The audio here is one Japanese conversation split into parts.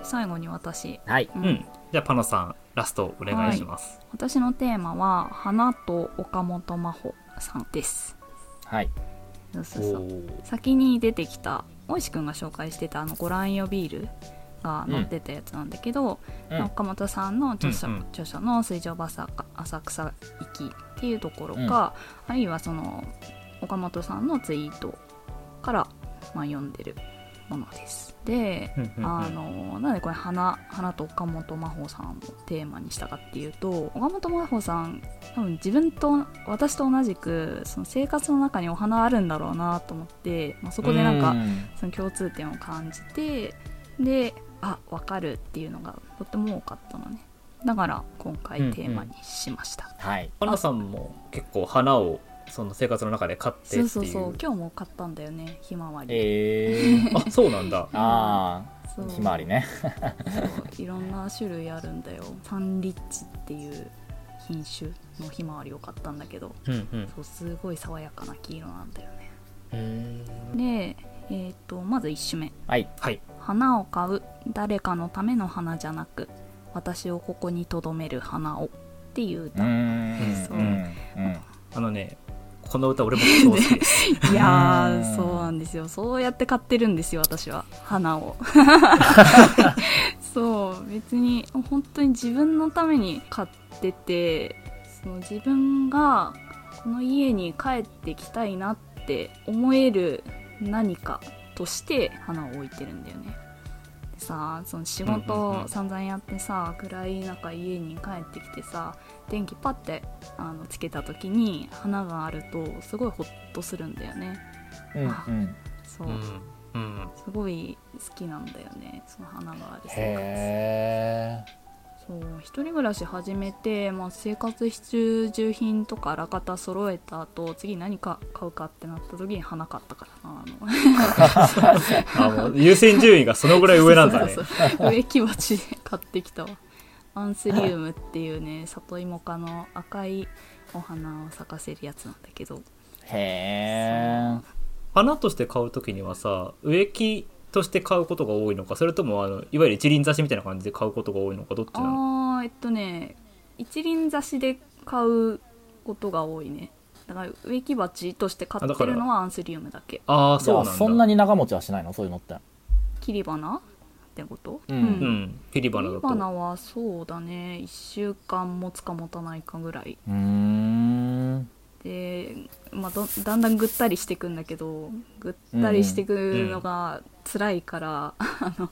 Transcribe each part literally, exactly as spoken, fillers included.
最後に私、 はい、 うんうん、じゃあパノさんラストお願いします。 はい、私のテーマは花と岡本真帆さんです。 はい。 そうそうそう、先に出てきた大石くんが紹介してたあのご覧よビールが載ってたやつなんだけど、うん、岡本さんの著書、うんうん、著書の水上バス浅草行きっていうところか、うん、あるいはその岡本さんのツイートから、まあ、読んでるものです。で、うんうんうん、あのなんでこれ 花, 花と岡本真帆さんをテーマにしたかっていうと、岡本真帆さん多分自分と私と同じくその生活の中にお花あるんだろうなと思って、まあ、そこでなんかその共通点を感じて、であ分かるっていうのがとっても多かったのね。だから今回テーマにしました。 うんうん、はい。 花さんも結構花をその生活の中で買ってっていう。 そうそうそう、今日も買ったんだよね、ひまわり。 えー、 あ、そうなんだ。 ああ、ひまわりね。 そういろんな種類あるんだよ。サンリッチっていう品種のひまわりを買ったんだけど、うんうん、そうすごい爽やかな黄色なんだよね。で、えーと、まずいち首目、 はいはい、 花を買う、誰かのための花じゃなく私をここに留める花をっていう歌。うーん、そう、うんうん、 あのねこの歌俺も超好きですいやーそうなんですよ。そうやって買ってるんですよ私は花をそう別に本当に自分のために買ってて、その自分がこの家に帰ってきたいなって思える何かとして花を置いてるんだよね。でさ、その仕事を散々やってさ、暗い中家に帰ってきてさ、電気パッてあのつけた時に花があるとすごいホッとするんだよね。うんうん、そう、うんうん、すごい好きなんだよね、その花がある生活。へー、そう一人暮らし始めて、まあ、生活必需品とかあらかた揃えた後、次何か買うかってなった時に花買ったからな。 あのあもう優先順位がそのぐらい上なんだね。 そうそうそう、植木鉢で買ってきたわ。アンスリウムっていうね、里芋科の赤いお花を咲かせるやつなんだけど。 へー。 花として買うときにはさ、植木として買うことが多いのか、それともあのいわゆる一輪挿しみたいな感じで買うことが多いのか、どっちなの？ あー、えっとね一輪挿しで買うことが多いね。だから植木鉢として買ってるのはアンスリウムだけ。 ああ、そうなんだ。 そんなに長持ちはしないの、そういうのって。 切り花ってこと？ うん、うん、切り花だと。 切り花はそうだね、いっしゅうかん持つか持たないかぐらい。 うーんで、まあ、どだんだんぐったりしていくんだけど、ぐったりしていくのが辛いから、うん、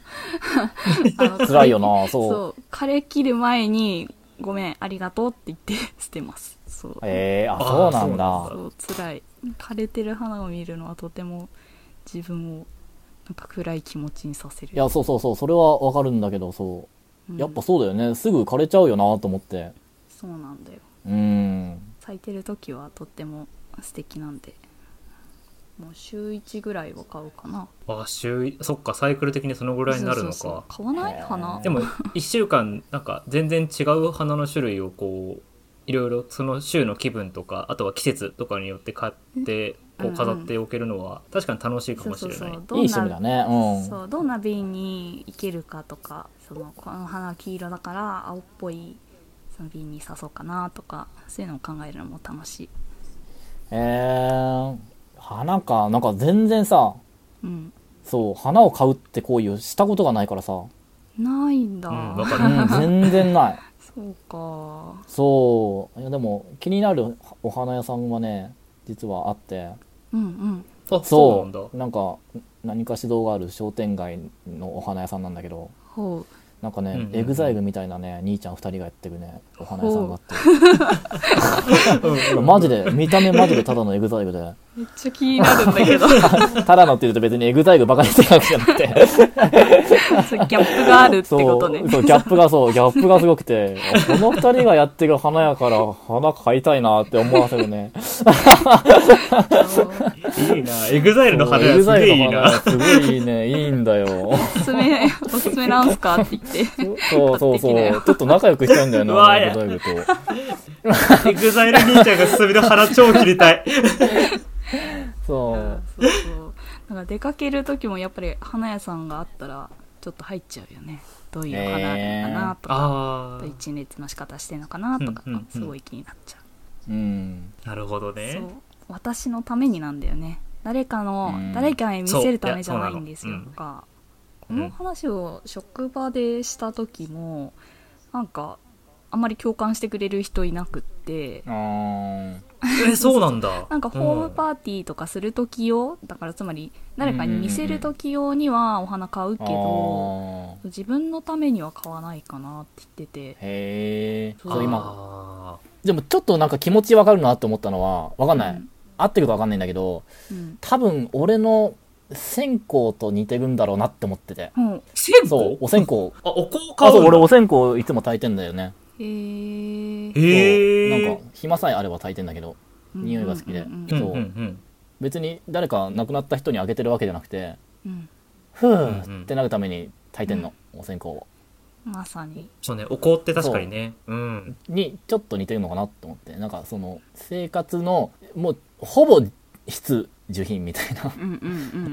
あの辛いよな。そう、 そう枯れ切る前にごめんありがとうって言って捨てます。そう、 えー、あ、そうなんだ。 そう辛い、枯れてる花を見るのはとても自分をなんか暗い気持ちにさせる。 いや、そうそうそう、それはわかるんだけど、そう、うん、やっぱそうだよね、すぐ枯れちゃうよなと思って。 そうなんだよ。 うーん、 咲いてる時はとっても素敵なんで、もう週いちぐらいは買うかな。 あ、週そっか、サイクル的にそのぐらいになるのか。 そうそうそう、買わない花。 でもいっしゅうかんなんか全然違う花の種類をこういろいろその週の気分とか、あとは季節とかによって買ってこう飾っておけるのは確かに楽しいかもしれない。そうそうそう、 いい趣味だね。うん、 そう、どんな瓶に生けるかとか、そのこの花は黄色だから青っぽいその瓶に刺そうかなとか、そういうのを考えるのも楽しい。 えー、花か、なんか全然さ、うん、そう花を買うって行為をしたことがないからさ。 ないんだ。 うん、わかる。 うん、全然ない。 そうか。 そう、いやでも気になるお花屋さんはね実はあって、 うんうん、 そう、そうなんだ。なんか何かし動がある商店街のお花屋さんなんだけど、 ほう、 なんかね、うんうんうん、エグザイルみたいなね兄ちゃんふたりがやってるねお花屋さんがあってマジで見た目マジでただのエグザイルでめっちゃ気になるんだけどただのって言うと別にエグザイルバカにしてるわけじゃなくてそうギャップがあるってことね。 そう、そうギャップがそうギャップがすごくてこのふたりがやってる花やから花買いたいなって思わせるねいいな、エグザイルの花やすげえいいな。 すごいいいね、いいんだよ。 おすすめ、おすすめなんすかって言ってそうそうそう、ちょっと仲良くしたいんだよな、エグザイルと。 エグザイル兄ちゃんが勧める花超切りたい。 そうそうそう、だから出かける時もやっぱり花屋さんがあったらちょっと入っちゃうよね。どういう花あるのかなとか、どういう陳列の仕方してるのかなとか、うんうんうん、すごい気になっちゃう。 うん、なるほどね。 そう私のためになんだよね。誰かの、うん、誰かに見せるためじゃないんですよ。とか、うん、この話を職場でした時もなんかあんまり共感してくれる人いなくって。 あえそうなんだ。 なんかホームパーティーとかする時用だから、つまり誰かに見せる時用にはお花買うけど、自分のためには買わないかなって言ってて。 へえ。そう今でもちょっとなんか気持ちわかるなと思ったのは、わかんない、うん、合ってるかわかんないんだけど、うん、多分俺の線香と似てるんだろうなって思ってて、 うん、 線香そうお線香あお香買う。あそう俺お線香いつも炊いてんだよね。 へーへーなんか暇さえあれば炊いてんだけど、匂いが好きで、うんうんうん、そう、うんうん、別に誰か亡くなった人にあげてるわけじゃなくて、うん、ふーってなるために炊いてんの、うん、お線香を。 まさにそうね、お香って確かにね、うん、 にちょっと似てるのかなと思って、なんかその生活のもうほぼ必需品みたいな、うんうんうん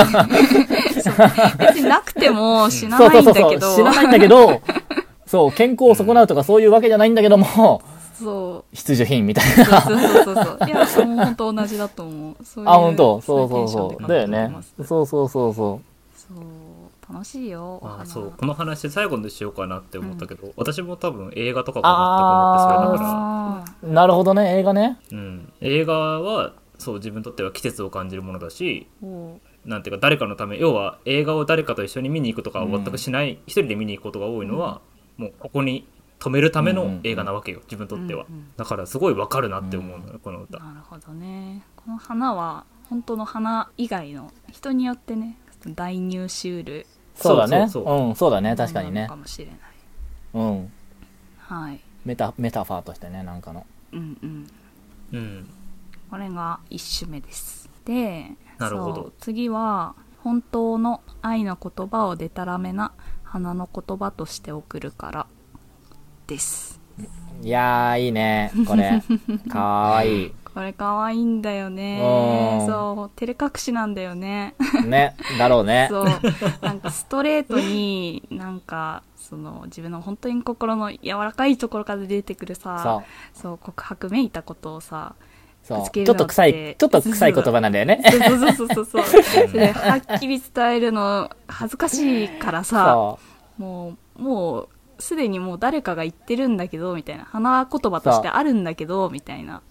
別になくても死なないんだけど、そうそうそう死なないんだけどそう健康を損なうとかそういうわけじゃないんだけども、 そう必需品みたいな。 そうそうそうそういやもう本当同じだと思う。そういうあ本当そうそうそうだよね。そうそうそうそうそう楽しいよ。 あそうこの話最後にしようかなって思ったけど、うん、私も多分映画とかかなって思ってそれだから。なるほどね映画ね。 うん映画はそう自分にとっては季節を感じるものだし、なんていうか誰かのため要は映画を誰かと一緒に見に行くとかを全くしない、うん、一人で見に行くことが多いのは、うん、もうここに止めるための映画なわけよ、うん、自分にとっては、うんうん、だからすごいわかるなって思うのよ、うん、この歌。 なるほどね。この花は本当の花以外の人によってね大ニューシュールそうだねそうそうそう、うん、そうだね確かにねかもしれない。 うんはいメタメタファーとしてねなんかのうんうんうんこれが一首目です。でなるほど次は本当の愛の言葉をでたらめな花の言葉として送るからです。 いやーいいねこれかわいいこれかわいいんだよね。そう照れ隠しなんだよねねだろうね。 そうなんかストレートになんかその自分の本当に心の柔らかいところから出てくるさそうそう告白めいたことをさそうちょっと臭いちょっと臭い言葉なんだよね。 そうそうそうそうそうそれはっきり伝えるの恥ずかしいからさもうもうすでにもう誰かが言ってるんだけどみたいな花言葉としてあるんだけどみたいな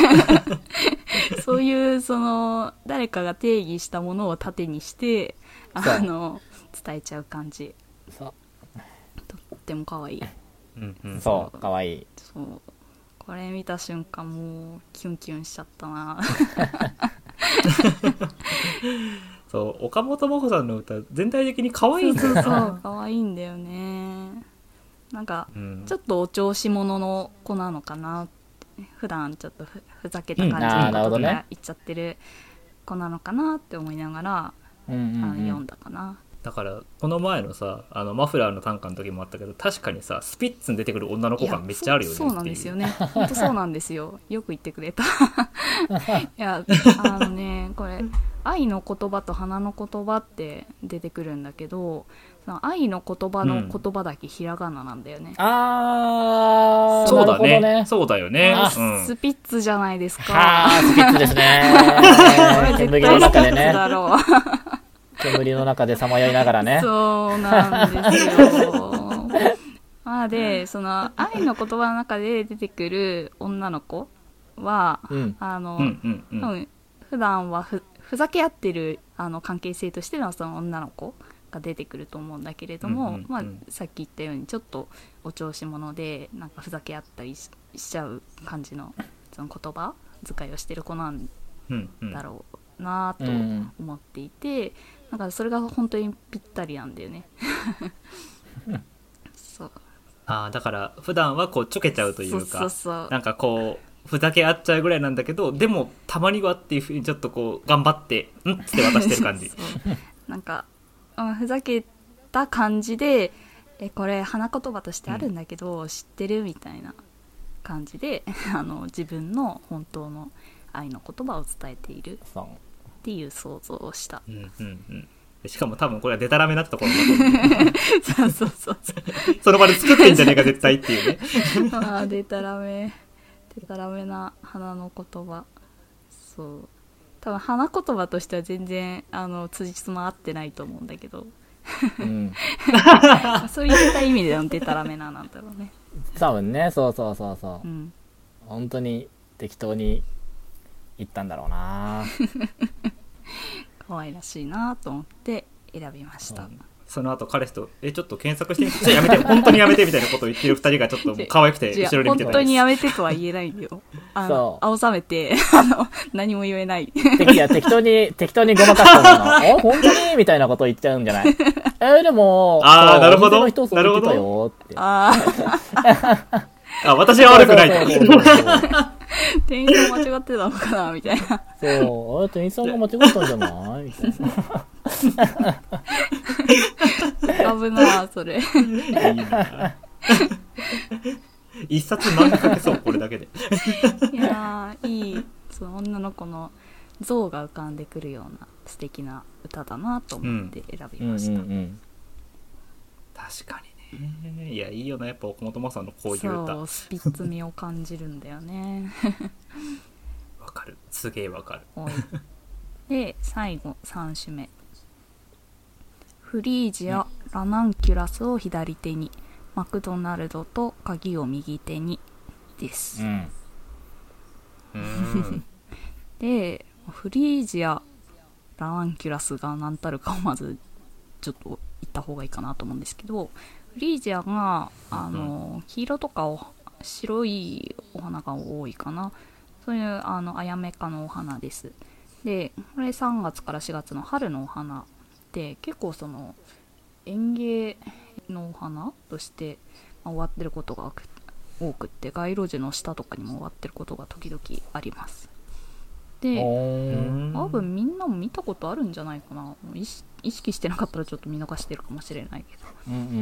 そういうその誰かが定義したものを盾にしてあの伝えちゃう感じ。 そうとっても可愛い、 うんうん、そう可愛い。 そうこれ見た瞬間もうキュンキュンしちゃったなそう岡本真帆さんの歌全体的に可愛いんだよな。 そうそうそう可愛いんだよね。なんか、うん、ちょっとお調子者の子なのかなって普段ちょっと ふ, ふざけた感じのことが言っちゃってる子なのかなって思いながら、うんうんうん、あの読んだかな。 だからこの前のさあのマフラーの短歌の時もあったけど確かにさスピッツに出てくる女の子感めっちゃあるよね。 そ, そうなんですよね本当そうなんですよよく言ってくれたいやあのねこれ愛の言葉と花の言葉って出てくるんだけどその愛の言葉の言葉だけひらがななんだよね、 うん、あーそうだねそうだよね、 うん、スピッツじゃないですか。 あスピッツですね絶対スピッツだろう煙の中でさまよいながらね。 そうなんですよまあでその愛の言葉の中で出てくる女の子は、うん、あの、うんうんうん、普段は ふ, ふざけ合ってるあの関係性としてのその女の子が出てくると思うんだけれども、うんうんうんまあ、さっき言ったようにちょっとお調子者でなんかふざけ合ったり し, しちゃう感じのその言葉遣いをしてる子なんだろうなと思っていて、うんだからそれが本当にぴったりなんだよねそうあだから普段はこうちょけちゃうというかそうそうそうなんかこうふざけ合っちゃうぐらいなんだけどでもたまにはっていうふうにちょっとこう頑張ってんって渡してる感じなんか、うん、ふざけた感じでえこれ花言葉としてあるんだけど、うん、知ってるみたいな感じであの自分の本当の愛の言葉を伝えているっていう想像をした、 うんうんうん、 しかも多分これはデタラメなってところだと思うそうそうそうその場で作ってんじゃねえか絶対っていうねあーデタラメデタラメな花の言葉。そう多分花言葉としては全然あの辻褄合ってないと思うんだけど、うん、そういった意味でのデタラメななんだろうね。 多分ね、そうそうそうそう、 うん、 本当に適当に言ったんだろうな可愛らしいなと思って選びました。 その後彼氏とえちょっと検索してみてちょやめて本当にやめてみたいなことを言ってるふたりがちょっともう可愛くて後ろで見てたんです。 本当にやめてとは言えないんだよ。あの青ざめてあの何も言えない。 いや適当に適当にごまかしたの。お本当にみたいなこと言っちゃうんじゃない。えー、でもああなるほどお店の人そう言ってたよって。 ああ私は悪くないと。 店員さん間違ってたのかなみたいな。 そうあれ店員さんが間違ったんじゃないみたいな。 危なそれ。いいな一冊漫画描けそうこれだけで。 いやいいその女の子の像が浮かんでくるような素敵な歌だなと思って選びました、うんうんうんうん、 確かにね。いやいいよなやっぱ岡本真さんのこういう歌。 そうスピッツ味を感じるんだよね。 わかるすげえわかる。 で最後さん首目フリージア、ラナンキュラスを左手にマクドナルドと鍵を右手にです、うんうんでフリージアラナンキュラスが何たるかをまずちょっと言った方がいいかなと思うんですけど、フリージアがあの黄色とかを白いお花が多いかな、そういうあのアヤメ科のお花です。でこれさんがつからしがつの春のお花で結構その園芸のお花として終わってることが多くって街路樹の下とかにも終わってることが時々あります。で多分みんなも見たことあるんじゃないかな、意識、意識してなかったらちょっと見逃してるかもしれないけど、うんうんうん、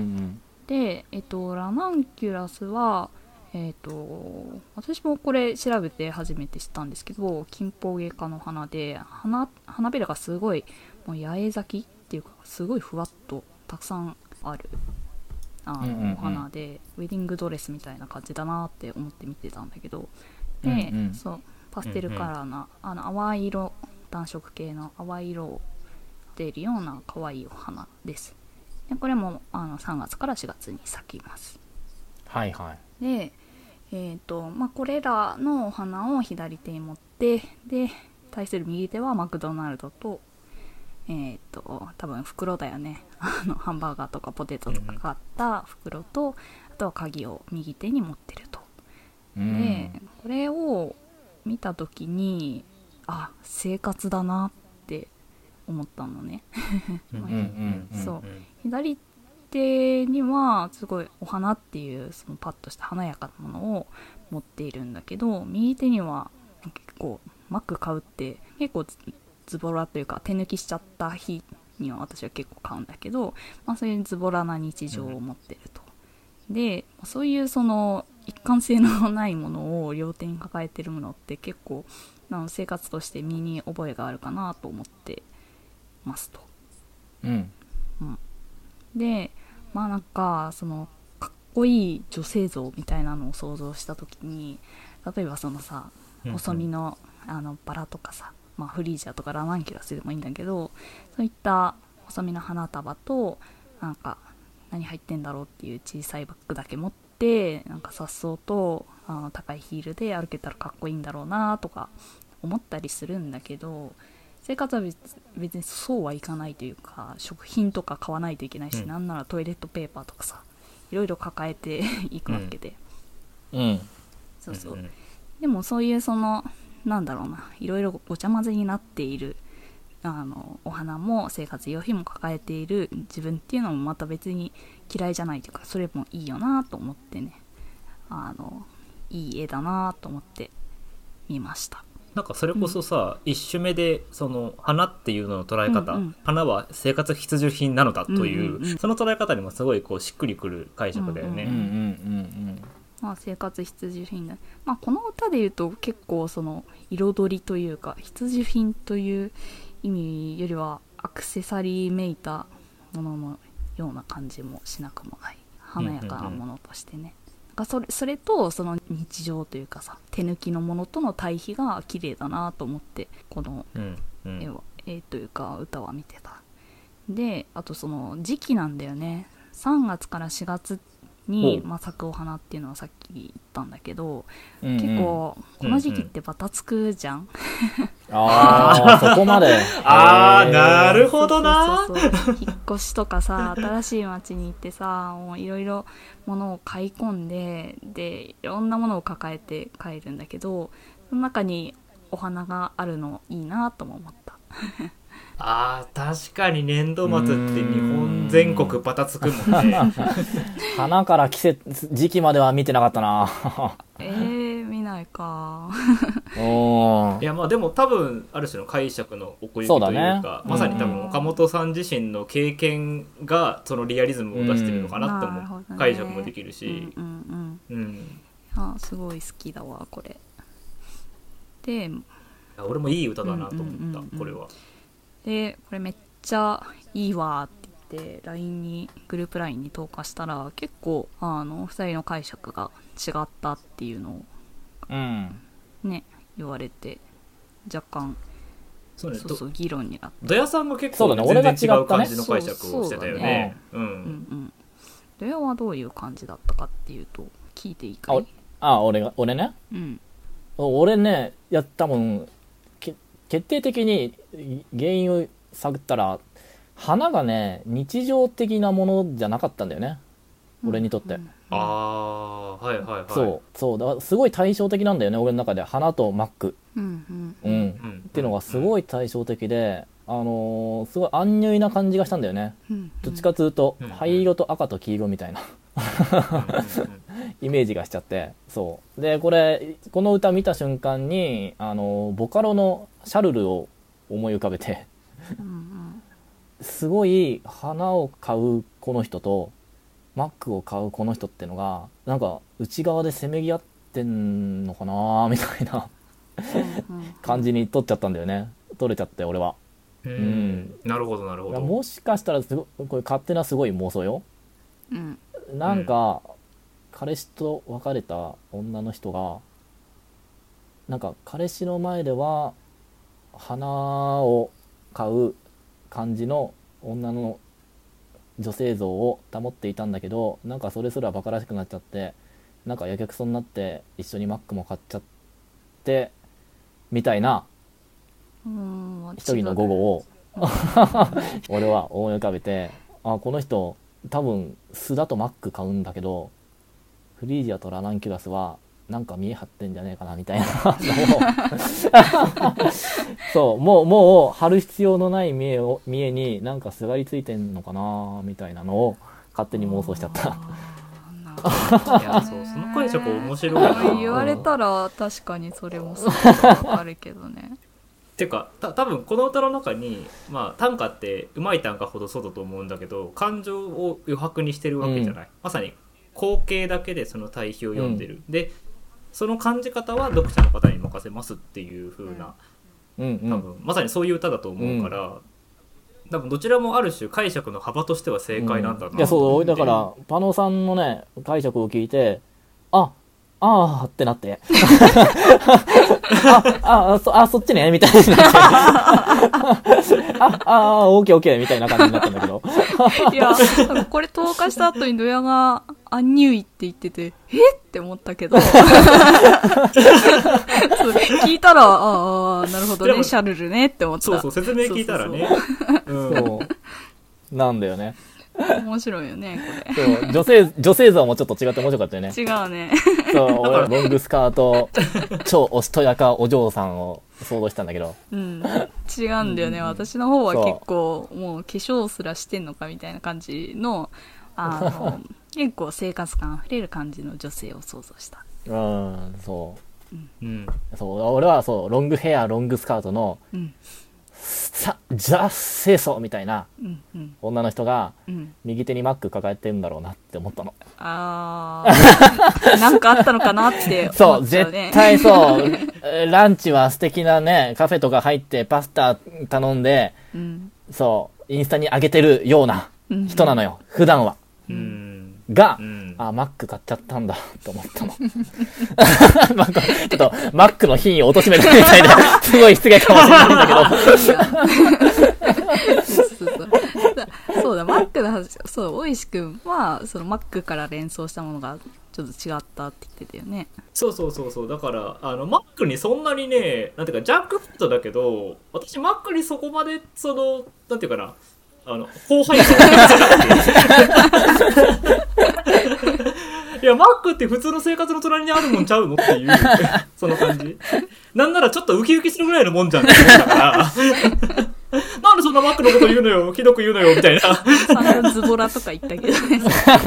で、えっと、ラナンキュラスはえっと私もこれ調べて初めて知ったんですけど近方芸科の花で 花, 花びらがすごいもう八重咲きっていうかすごいふわっとたくさんあるあの、うんうんうん、お花でウェディングドレスみたいな感じだなって思って見てたんだけど、で、うんうん、そうパステルカラーな、うんうん、あの淡い色暖色系の淡い色を出るような可愛いお花です。でこれもあのさんがつからしがつに咲きます。 はいはい。 でえーとまあ、これらのお花を左手に持ってで対する右手はマクドナルドとえーと多分袋だよねあのハンバーガーとかポテトとか買った袋と、あとは鍵を右手に持ってると。でこれを見た時にあ生活だなって思ったのね。そう左手にはすごいお花っていうそのパッとした華やかなものを持っているんだけど、右手には結構マック買うって結構ズボラというか手抜きしちゃった日には私は結構買うんだけど、まあ、そういうズボラな日常を持ってると、うん、でそういうその一貫性のないものを両手に抱えてるものって結構あの生活として身に覚えがあるかなと思ってますと、うんうん、でまあなんかそのかっこいい女性像みたいなのを想像した時に、例えばそのさ細身の、あのバラとかさ、まあ、フリージャとかラナンキュラスでもいいんだけど、そういった細身の花束となんか何入ってんだろうっていう小さいバッグだけ持ってなんか颯爽とあの高いヒールで歩けたらかっこいいんだろうなとか思ったりするんだけど、生活は 別, 別にそうはいかないというか、食品とか買わないといけないし、うん、なんならトイレットペーパーとかさいろいろ抱えていくわけで、うん、そうそう、うんうん、でもそういうそのなんだろうないろいろごちゃ混ぜになっているあのお花も生活用品も抱えている自分っていうのもまた別に嫌いじゃないというか、それもいいよなと思ってね、あのいい絵だなと思って見ました。 なんかそれこそさ、うん、一首目でその花っていうのの捉え方、うんうん、花は生活必需品なのだという、うんうんうん、その捉え方にもすごいこうしっくりくる解釈だよね。 まあ生活必需品だ、まあ、この歌で言うと結構その彩りというか必需品という意味よりはアクセサリーめいたもののような感じもしなくもない、華やかなものとしてね、うんうんうん、なんかそれ、それとその日常というかさ、手抜きのものとの対比が綺麗だなと思ってこの絵は、絵、うん、というか歌は見てた。であとその時期なんだよね。さんがつからしがつに、まあ、咲くお花っていうのはさっき言ったんだけど、うんうん、結構この時期ってバタつくじゃん、うんうん、 ああそこまでああなるほどな。 そうそうそう引っ越しとかさ新しい町に行ってさ、もういろいろ物を買い込んで、でいろんなものを抱えて帰るんだけど、その中にお花があるのいいなとも思ったあー確かに年度末って日本全国バタつくもんね花から季節時期までは見てなかったなえー、見ないかいやまあでも多分ある種の解釈の奥行きというか、ね、まさに多分岡本さん自身の経験がそのリアリズムを出してるのかなって思う、解釈もできるし、 うんうんうん、うん、あすごい好きだわこれで。 俺もいい歌だなと思った、うんうんうんうん、これは。 でこれめっちゃいいわって言って ライン にグループ ライン に投下したら結構あのふたりの解釈が違ったっていうのを、うん、ね言われて若干そう、ね、そうそう議論になって、 ドヤさんが結構、ね、全然違う感じの解釈をしてたよね。 ドヤはどういう感じだったかっていうと聞いていいかい？ ああ俺が俺ね、うん、俺ねいや多分決定的に原因を探ったら花がね日常的なものじゃなかったんだよね、うん、俺にとって、うん、 ああはいはいはいそうそうだからすごい対照的なんだよね俺の中で。花とマック、うんうんうん、っていうのがすごい対照的で、あのー、すごいアンニュイな感じがしたんだよね、うんうん、どっちかというと、うん、灰色と赤と黄色みたいなイメージがしちゃって、そうでこれこの歌見た瞬間にあのボカロのシャルルを思い浮かべてうん、うん、すごい花を買うこの人とマックを買うこの人ってのがなんか内側でせめぎ合ってんのかなみたいな感じに取っちゃったんだよね。取れちゃって俺は。 うん、うん、なるほどなるほど。 もしかしたらすごこれ勝手なすごい妄想よ、うん、なんか、うん、彼氏と別れた女の人がなんか彼氏の前では花を買う感じの女の女性像を保っていたんだけど、なんかそれすらバカらしくなっちゃってなんかやけくそになって一緒にマックも買っちゃってみたいな一人の午後を俺は思い浮かべて、あこの人多分須田とマック買うんだけどフリージアとラナンキュラスはなんか見え張ってんじゃねえかなみたいなそうもうもう張る必要のない見えを見えになんかすがりついてんのかなみたいなのを勝手に妄想しちゃったいやそうその解釈面白いな言われたら確かにそれもそうあるけどねてかた多分この歌の中に、まあ、短歌ってうまい短歌ほどそうだと思うんだけど感情を余白にしてるわけじゃない、うん、まさに光景だけでその対比を読んでる、うん、でその感じ方は読者の方に任せますっていう風な、うんうん、多分まさにそういう歌だと思うから、うん、多分どちらもある種解釈の幅としては正解なんだなと思って、うん、いやそうだからパノさんのね解釈を聞いてああーってなってああ そ, あそっちねみたいになってああオーケーオーケーみたいな感じになったんだけどいやこれ投下した後にドヤがアンニュイって言っててえって思ったけど聞いたらああなるほどねシャルルねって思った。 そうそう説明聞いたらねそうそう、うん、そうなんだよね面白いよねこれそう女性女性像もちょっと違って面白かったよね。 違うねそう俺ロングスカート超おしとやかお嬢さんを想像したんだけど、 うん、違うんだよね、うん、私の方は結構もう化粧すらしてんのかみたいな感じのあの結構生活感あふれる感じの女性を想像した。 うんそう、うん、そう俺はそうロングヘアロングスカートの、うんさザ・清楚みたいな女の人が右手にマック抱えてるんだろうなって思ったの。 あーなんかあったのかなって思っちゃうね。 そう絶対そうランチは素敵なねカフェとか入ってパスタ頼んで、うん、 そうインスタに上げてるような人なのよ、うん、普段は、うん、が、うん、あマック買っちゃったんだと思ったのちょっとマックの品位を貶めたみたいですごい失礼かもしれないんだけどそうだマックの話、そう大石くんはそのマックから連想したものがちょっと違ったって言ってたよね。 そうそうそうそう、だからあのマックにそんなにね、なんていうかジャンクフードだけど、私マックにそこまでそのなんていうかな、あの後輩感いやマックって普通の生活の隣にあるもんちゃうのっていうその感じ、なんならちょっとウキウキするぐらいのもんじゃんって思ったからなんでそんなマックのこと言うのよ、ひどく言うのよみたいな。 散々ズボラとか言ったけどね。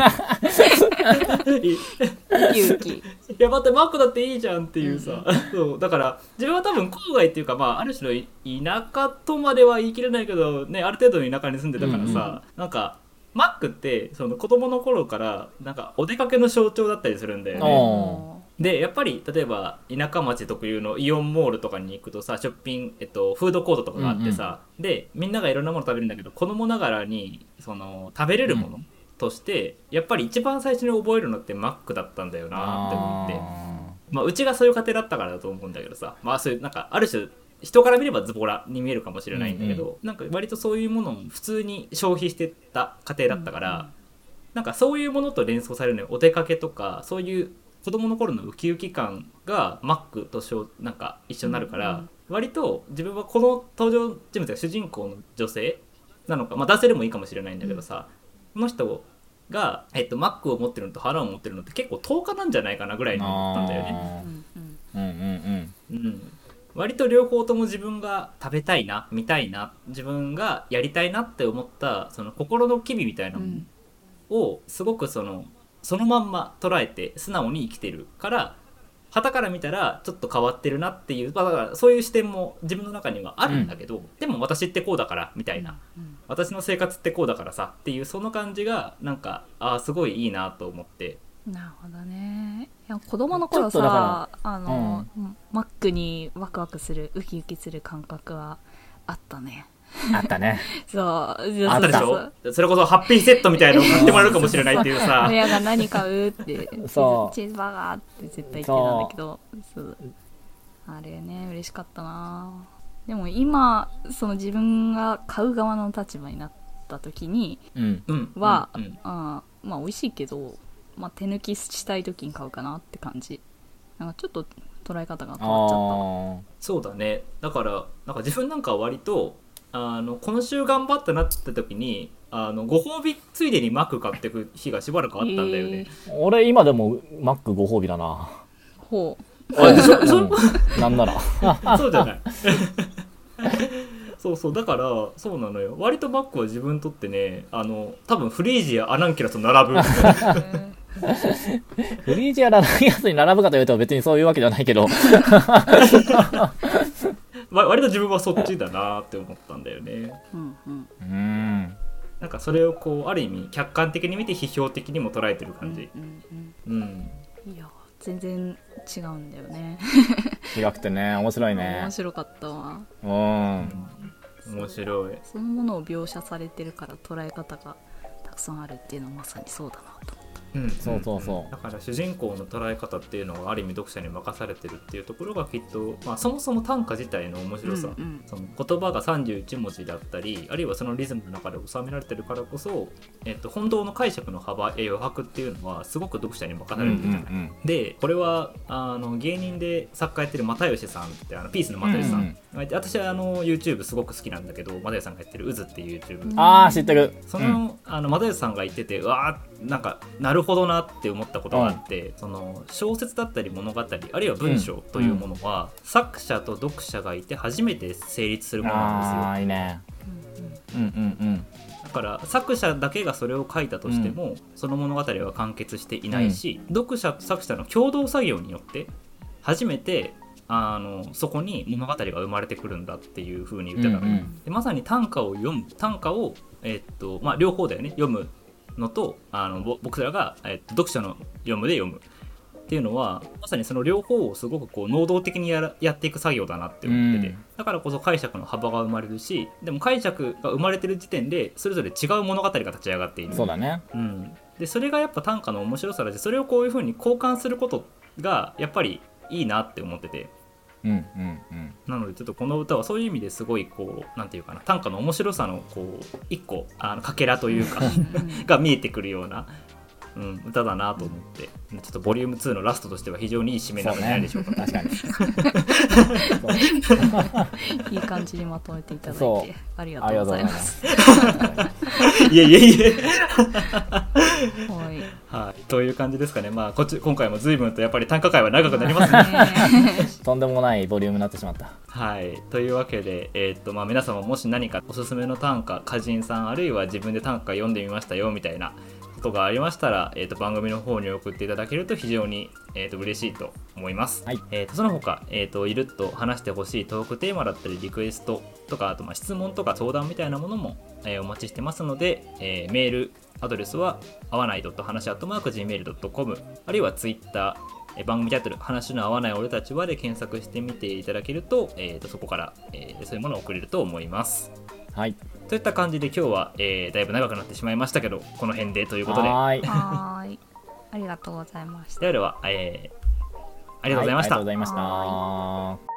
ウキウキ。いや待ってマックだっていいじゃんっていうさ、うん、そうだから自分は多分郊外っていうか、まあある種の田舎とまでは言い切れないけどね、ある程度の田舎に住んでたからさ、うんうん、なんかマックってその子供の頃からなんかお出かけの象徴だったりするんだよね。でやっぱり例えば田舎町特有のイオンモールとかに行くとさ、ショッピング、えっと、フードコートとかがあってさ、うんうん、でみんながいろんなもの食べるんだけど、子供ながらにその食べれるものとして、うん、やっぱり一番最初に覚えるのってマックだったんだよなって思って、まあ、うちがそういう家庭だったからだと思うんだけどさ、まあそういうなんかある種人から見ればズボラに見えるかもしれないんだけど、うんうん、なんか割とそういうものを普通に消費してた家庭だったから、うんうん、なんかそういうものと連想されるのよ。お出かけとかそういう子供の頃のウキウキ感がマックとなんか一緒になるから、うんうん、割と自分はこの登場人物が主人公の女性なのか、まあ、男性でもいいかもしれないんだけどさ、うん、この人が、えっと、マックを持ってるのと腹を持ってるのって結構等価なんじゃないかなぐらいに思ったんだよね。うんうんうんうん、割と両方とも自分が食べたいな、見たいな、自分がやりたいなって思ったその心の機微みたいなものをすごくそのそのまんま捉えて素直に生きてるから、傍から見たらちょっと変わってるなっていう、まあ、だからそういう視点も自分の中にはあるんだけど、うん、でも私ってこうだからみたいな、うん、私の生活ってこうだからさっていうその感じがなんかあすごいいいなと思って。 なるほどね。いや子供の頃さあの、うん、マックにワクワクするウキウキする感覚はあったね。 あったね。 そうあったでしょ。それこそハッピーセットみたいなのを買ってもらえるかもしれないっていうさ親が何買うってそうチーズバーガーって絶対言ってたんだけど、そうあれね嬉しかったな。でも今その自分が買う側の立場になった時には、うんうんうん、あまあ美味しいけど、まあ、手抜きしたい時に買うかなって感じ。なんかちょっと捉え方が変わっちゃった。 そうだね。だからなんか自分なんかは割とあの今週頑張ったなって時にあのご褒美ついでにマック買っていく日がしばらくあったんだよね。 えー、俺今でもマックご褒美だな。 ほう。 あでしょ、うん、 なんならそうじゃないそうそうだからそうなのよ。割とマックは自分にとってね、あの多分フリージアアナンキュラスと並ぶフリージアアナンキュラスに並ぶかというと別にそういうわけではないけど割と自分はそっちだなって思ったんだよね。うんうん、うんなんかそれをこうある意味客観的に見て批評的にも捉えてる感じ。うんうんうんうん、いや全然違うんだよね。 違くてね面白いね。 面白かったわ。 うん、面白い。 そのものを描写されてるから捉え方がたくさんあるっていうのはまさにそうだなと。 うん、そうそうそう。だから主人公の捉え方っていうのがある意味読者に任されてるっていうところがきっと、まあ、そもそも短歌自体の面白さ、うんうん、その言葉がさんじゅういちもじだったりあるいはそのリズムの中で収められてるからこそ、えっと、本当の解釈の幅や余白っていうのはすごく読者に任されてるじゃない、うんうんうん、でこれはあの芸人で作家やってる又吉さんってあのピースの又吉さん、うんうん、私はあの YouTube すごく好きなんだけど又吉さんがやってる渦っていう YouTube、 あー知ってる。 その、うん、あの又吉さんが言っててうわーなんかなるほどなって思ったことがあって、うん、その小説だったり物語あるいは文章というものは、うん、作者と読者がいて初めて成立するものなんですよ。 あーいいね。うんうんうんだから作者だけがそれを書いたとしても、うん、その物語は完結していないし、うん、読者と作者の共同作業によって初めてあのそこに物語が生まれてくるんだっていう風に言ってたの、うんうん、でまさに短歌を読む短歌を、えーっとまあ、両方だよね読むのとあの僕らが、えっと、読者の読むで読むっていうのはまさにその両方をすごくこう能動的にやらやっていく作業だなって思ってて、うん、だからこそ解釈の幅が生まれるし、でも解釈が生まれてる時点でそれぞれ違う物語が立ち上がっている。 そうだね、 うん、でそれがやっぱ短歌の面白さで、それをこういう風に交換することがやっぱりいいなって思ってて、 うんうんうん、 なのでちょっとこの歌はそういう意味ですごいこうなんていうかな、短歌の面白さのこう一個あのかけらというかが見えてくるような、うん、歌だなと思って、ちょっとボリュームツーのラストとしては非常にいい締めなんじゃないでしょうか。 そうね、 確かにいい感じにまとめていただいてありがとうございます。 いえいえいえはい、 はい、という感じですかね。まあこっち今回も随分とやっぱり短歌会は長くなりますねとんでもないボリュームになってしまった。 はい、というわけで、えーっとまあ、皆様もし何かおすすめの短歌、歌人さんあるいは自分で短歌読んでみましたよみたいなことがありましたら、えー、と番組の方に送っていただけると非常に、えー、と嬉しいと思います、はい。えー、とその他、えー、といるっと話してほしいトークテーマだったりリクエストとか、あとまあ質問とか相談みたいなものも、えー、お待ちしてますので、えー、メールアドレスはあわない .話 アットマーク ジーメール ドットコム あるいはツイッター、番組タイトル話の合わない俺たちはで検索してみていただけると、えー、とそこから、えー、そういうものを送れると思います。 はい、 といった感じで今日は、えー、だいぶ長くなってしまいましたけど、この辺でということで、 はい、 はいありがとうございました。 ではでは、えー、ありがとうございました。 はい、ありがとうございました。